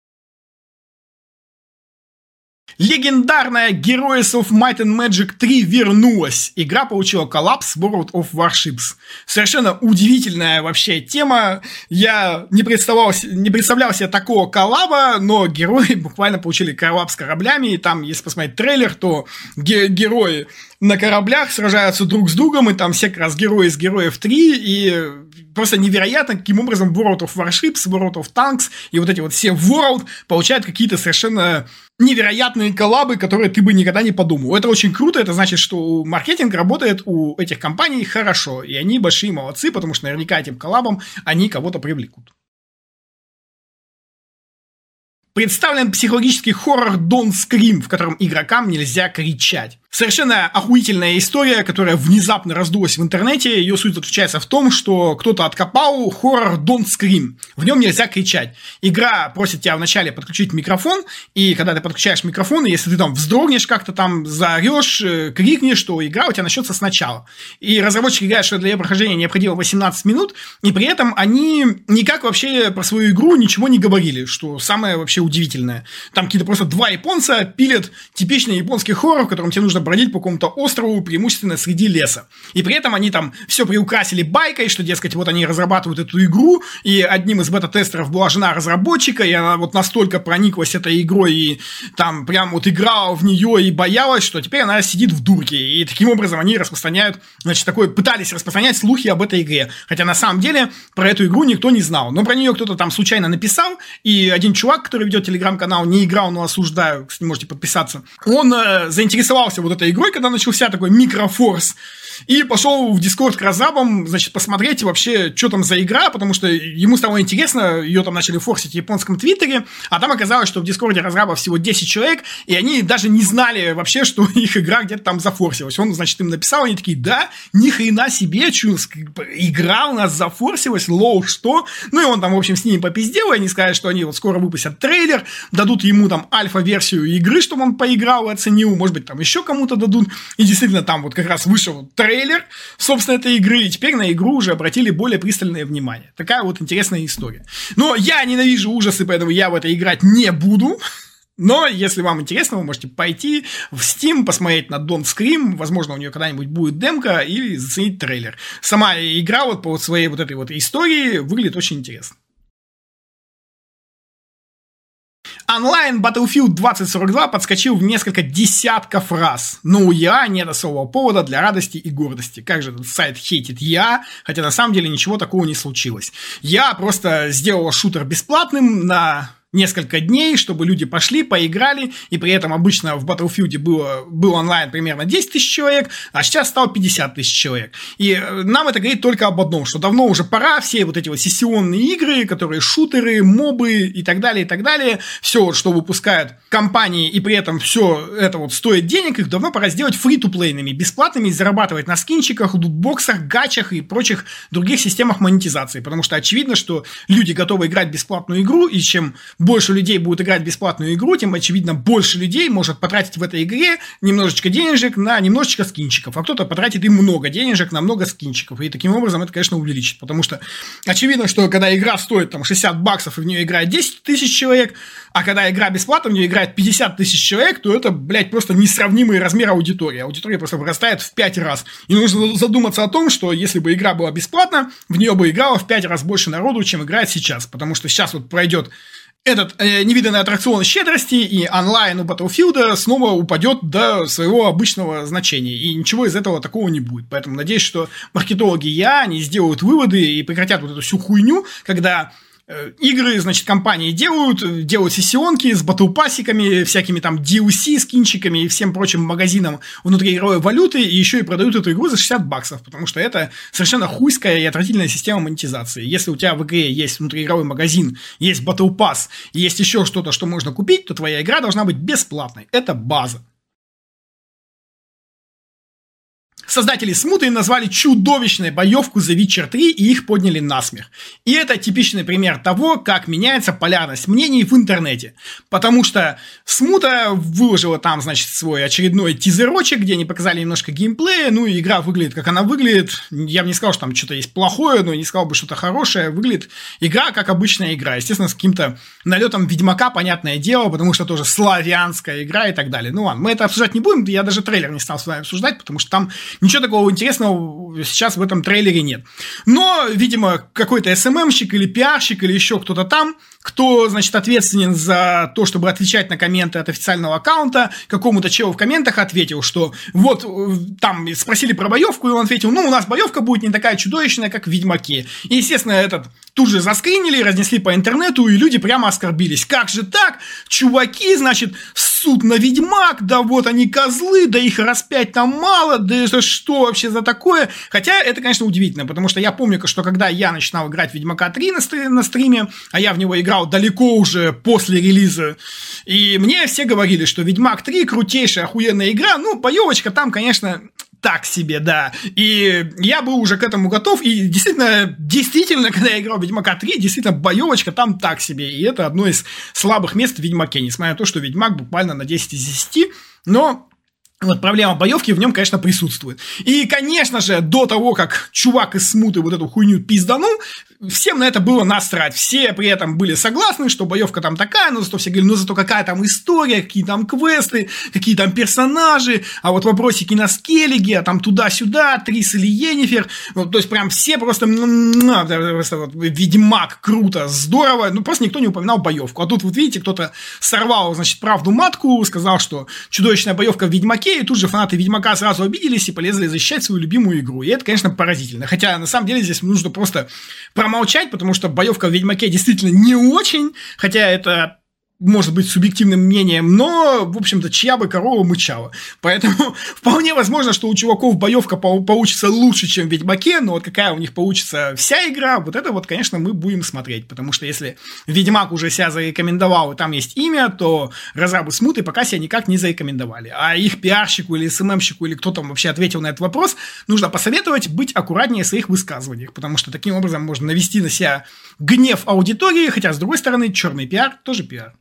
Speaker 1: Легендарная Heroes of Might and Magic 3 вернулась. Игра получила коллапс World of Warships. Совершенно удивительная вообще тема. Я не представлял себе такого коллаба, но герои буквально получили коллапс с кораблями. И там, если посмотреть трейлер, то герои на кораблях сражаются друг с другом, и там все как раз герои из Героев 3, и просто невероятно, каким образом World of Warships, World of Tanks и вот эти вот все World получают какие-то совершенно невероятные коллабы, которые ты бы никогда не подумал. Это очень круто, это значит, что маркетинг работает у этих компаний хорошо, и они большие молодцы, потому что наверняка этим коллабом они кого-то привлекут. Представлен психологический хоррор Don't Scream, в котором игрокам нельзя кричать. Совершенно охуительная история, которая внезапно раздулась в интернете. Ее суть заключается в том, что кто-то откопал хоррор Don't Scream. В нем нельзя кричать. Игра просит тебя вначале подключить микрофон, и когда ты подключаешь микрофон, если ты там вздрогнешь как-то там, заорешь, крикнешь, то игра у тебя начнется сначала. И разработчики говорят, что для ее прохождения необходимо 18 минут, и при этом они никак вообще про свою игру ничего не говорили, что самое вообще удивительное. Там какие-то просто два японца пилят типичный японский хоррор, в котором тебе нужно бродить по какому-то острову, преимущественно среди леса. И при этом они там все приукрасили байкой, что, дескать, вот они разрабатывают эту игру, и одним из бета-тестеров была жена разработчика, и она вот настолько прониклась этой игрой, и там прям вот играла в нее и боялась, что теперь она сидит в дурке. И таким образом они распространяют, значит, пытались распространять слухи об этой игре. Хотя на самом деле про эту игру никто не знал. Но про нее кто-то там случайно написал, и один чувак, который ведет телеграм-канал, не играл, но осуждаю, кстати, можете подписаться, он заинтересовался вот этой игрой, когда начался такой микрофорс, и пошел в Discord к разрабам, значит, посмотреть вообще, что там за игра, потому что ему стало интересно, ее там начали форсить в японском твиттере, а там оказалось, что в Дискорде разрабов всего 10 человек, и они даже не знали вообще, что их игра где-то там зафорсилась. Он, значит, им написал, они такие, да, ни хрена себе, игра у нас зафорсилась, лоу, что? Ну, и он там, в общем, с ними попиздел, и они сказали, что они вот скоро выпустят трейлер, дадут ему там альфа-версию игры, чтобы он поиграл и оценил, может быть, там еще кому-то дадут, и действительно там вот как раз вышел трейлер, собственно, этой игры, и теперь на игру уже обратили более пристальное внимание. Такая вот интересная история. Но я ненавижу ужасы, поэтому я в это играть не буду. Но, если вам интересно, вы можете пойти в Steam, посмотреть на Don't Scream, возможно, у нее когда-нибудь будет демка, или заценить трейлер. Сама игра вот по своей вот этой вот истории выглядит очень интересно. Онлайн Battlefield 2042 подскочил в несколько десятков раз, но у EA нет особого повода для радости и гордости. Как же этот сайт хейтит EA, хотя на самом деле ничего такого не случилось. EA просто сделала шутер бесплатным на несколько дней, чтобы люди пошли, поиграли, и при этом обычно в Battlefield был онлайн примерно 10 тысяч человек, а сейчас стало 50 тысяч человек. И нам это говорит только об одном, что давно уже пора все вот эти вот сессионные игры, которые шутеры, мобы и так далее, все вот, что выпускают компании, и при этом все это вот стоит денег, их давно пора сделать фри-то-плейными, бесплатными, и зарабатывать на скинчиках, лутбоксах, гачах и прочих других системах монетизации, потому что очевидно, что люди готовы играть в бесплатную игру, и чем больше людей будут играть в бесплатную игру, тем, очевидно, больше людей может потратить в этой игре немножечко денежек на немножечко скинчиков, а кто-то потратит и много денежек на много скинчиков, и таким образом это, конечно, увеличит, потому что очевидно, что когда игра стоит там $60, и в нее играет 10 тысяч человек, а когда игра бесплатна, в нее играет 50 тысяч человек, то это, блядь, просто несравнимый размер аудитории. Аудитория просто вырастает в 5 раз. И нужно задуматься о том, что если бы игра была бесплатна, в нее бы играло в 5 раз больше народу, чем играет сейчас, потому что сейчас вот пройдет этот невиданный аттракцион щедрости, и онлайн у Battlefield снова упадет до своего обычного значения. И ничего из этого такого не будет. Поэтому надеюсь, что маркетологи EA, они сделают выводы и прекратят вот эту всю хуйню, когда игры, значит, компании делают сессионки с батлпассиками, всякими там DLC, скинчиками и всем прочим магазинам внутриигровой валюты, и еще и продают эту игру за $60, потому что это совершенно хуйская и отвратительная система монетизации. Если у тебя в игре есть внутриигровой магазин, есть Battle Pass, есть еще что-то, что можно купить, то твоя игра должна быть бесплатной. Это база. Создатели Смуты назвали чудовищной боевку The Witcher 3 и их подняли насмех. И это типичный пример того, как меняется полярность мнений в интернете. Потому что Смута выложила там, значит, свой очередной тизерочек, где они показали немножко геймплея, ну и игра выглядит, как она выглядит. Я бы не сказал, что там что-то есть плохое, но не сказал бы, что-то хорошее. Выглядит игра, как обычная игра. Естественно, с каким-то налетом Ведьмака, понятное дело, потому что тоже славянская игра и так далее. Ну ладно, мы это обсуждать не будем, я даже трейлер не стал с вами обсуждать, потому что там ничего такого интересного сейчас в этом трейлере нет. Но, видимо, какой-то СММщик или пиарщик или еще кто-то там, кто, значит, ответственен за то, чтобы отвечать на комменты от официального аккаунта, какому-то челу в комментах ответил, что вот там спросили про боевку, и он ответил, ну, у нас боевка будет не такая чудовищная, как в Ведьмаке. И, естественно, этот тут же заскринили, разнесли по интернету, и люди прямо оскорбились. Как же так? Чуваки, значит, суд на Ведьмак, да вот они козлы, да их распять там мало, да это что вообще за такое? Хотя это, конечно, удивительно, потому что я помню, что когда я начинал играть в Ведьмака 3 на стриме, а я в него играл далеко уже после релиза, и мне все говорили, что Ведьмак 3 крутейшая, охуенная игра, ну, боевочка там, конечно, так себе, да. И я был уже к этому готов, и действительно, когда я играл в Ведьмака 3, действительно, боевочка там так себе, и это одно из слабых мест в Ведьмаке, несмотря на то, что Ведьмак буквально на 10 из 10, но вот проблема боевки в нем, конечно, присутствует. И, конечно же, до того, как чувак из Смуты вот эту хуйню пизданул, всем на это было насрать. Все при этом были согласны, что боевка там такая, но зато все говорили, ну зато какая там история, какие там квесты, какие там персонажи, а вот вопросики на скеллиге, а там туда-сюда, Трис или Йеннифер. Вот, то есть прям все просто вот, Ведьмак, круто, здорово. Ну просто никто не упоминал боевку. А тут вот видите, кто-то сорвал, значит, правду матку, сказал, что чудовищная боевка в Ведьмаке, и тут же фанаты Ведьмака сразу обиделись и полезли защищать свою любимую игру. И это, конечно, поразительно. Хотя, на самом деле, здесь нужно просто промолчать, потому что боевка в Ведьмаке действительно не очень, хотя это может быть субъективным мнением, но, в общем-то, чья бы корова мычала. Поэтому вполне возможно, что у чуваков боевка получится лучше, чем в Ведьмаке, но вот какая у них получится вся игра, вот это вот, конечно, мы будем смотреть, потому что если Ведьмак уже себя зарекомендовал, и там есть имя, то разрабы Смуты пока себя никак не зарекомендовали. А их пиарщику или СММщику, или кто там вообще ответил на этот вопрос, нужно посоветовать быть аккуратнее в своих высказываниях, потому что таким образом можно навести на себя гнев аудитории, хотя, с другой стороны, черный пиар тоже пиар.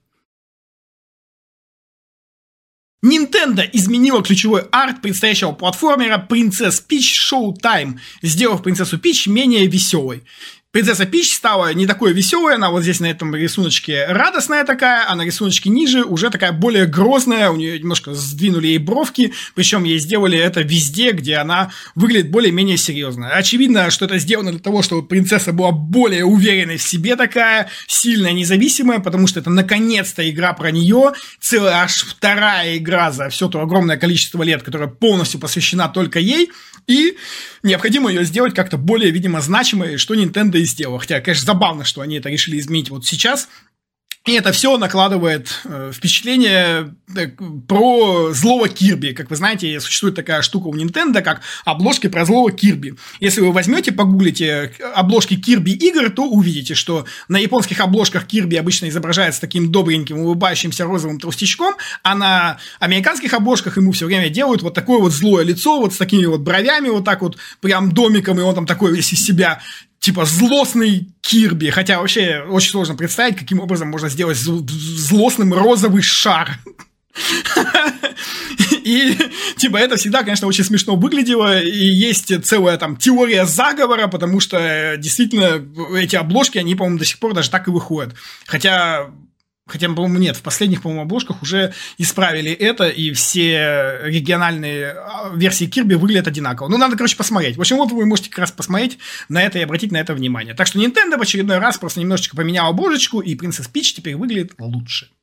Speaker 1: Nintendo изменила ключевой арт предстоящего платформера Princess Peach Showtime, сделав принцессу Пич менее веселой. Принцесса Пич стала не такой веселой, она вот здесь на этом рисуночке радостная такая, а на рисуночке ниже уже такая более грозная, у нее немножко сдвинули ей бровки, причем ей сделали это везде, где она выглядит более-менее серьезно. Очевидно, что это сделано для того, чтобы принцесса была более уверенной в себе такая, сильная, независимая, потому что это наконец-то игра про нее, целая аж вторая игра за все то огромное количество лет, которая полностью посвящена только ей, и необходимо ее сделать как-то более, видимо, значимой, что Nintendo и сделал. Хотя, конечно, забавно, что они это решили изменить вот сейчас. И это все накладывает впечатление про злого Кирби. Как вы знаете, существует такая штука у Nintendo, как обложки про злого Кирби. Если вы возьмете, погуглите обложки Кирби игр, то увидите, что на японских обложках Кирби обычно изображается таким добреньким, улыбающимся розовым толстячком, а на американских обложках ему все время делают вот такое вот злое лицо, вот с такими вот бровями, вот так вот прям домиком, и он там такой весь из себя... Типа злостный Кирби. Хотя вообще очень сложно представить, каким образом можно сделать злостным розовый шар. И, типа, это всегда, конечно, очень смешно выглядело. И есть целая там теория заговора, потому что действительно эти обложки, они, по-моему, до сих пор даже так и выходят. Хотя, по-моему, нет, в последних, по-моему, обложках уже исправили это, и все региональные версии Кирби выглядят одинаково. Ну, надо, короче, посмотреть. В общем, вот вы можете как раз посмотреть на это и обратить на это внимание. Так что Nintendo в очередной раз просто немножечко поменял обложечку, и Princess Peach теперь выглядит лучше.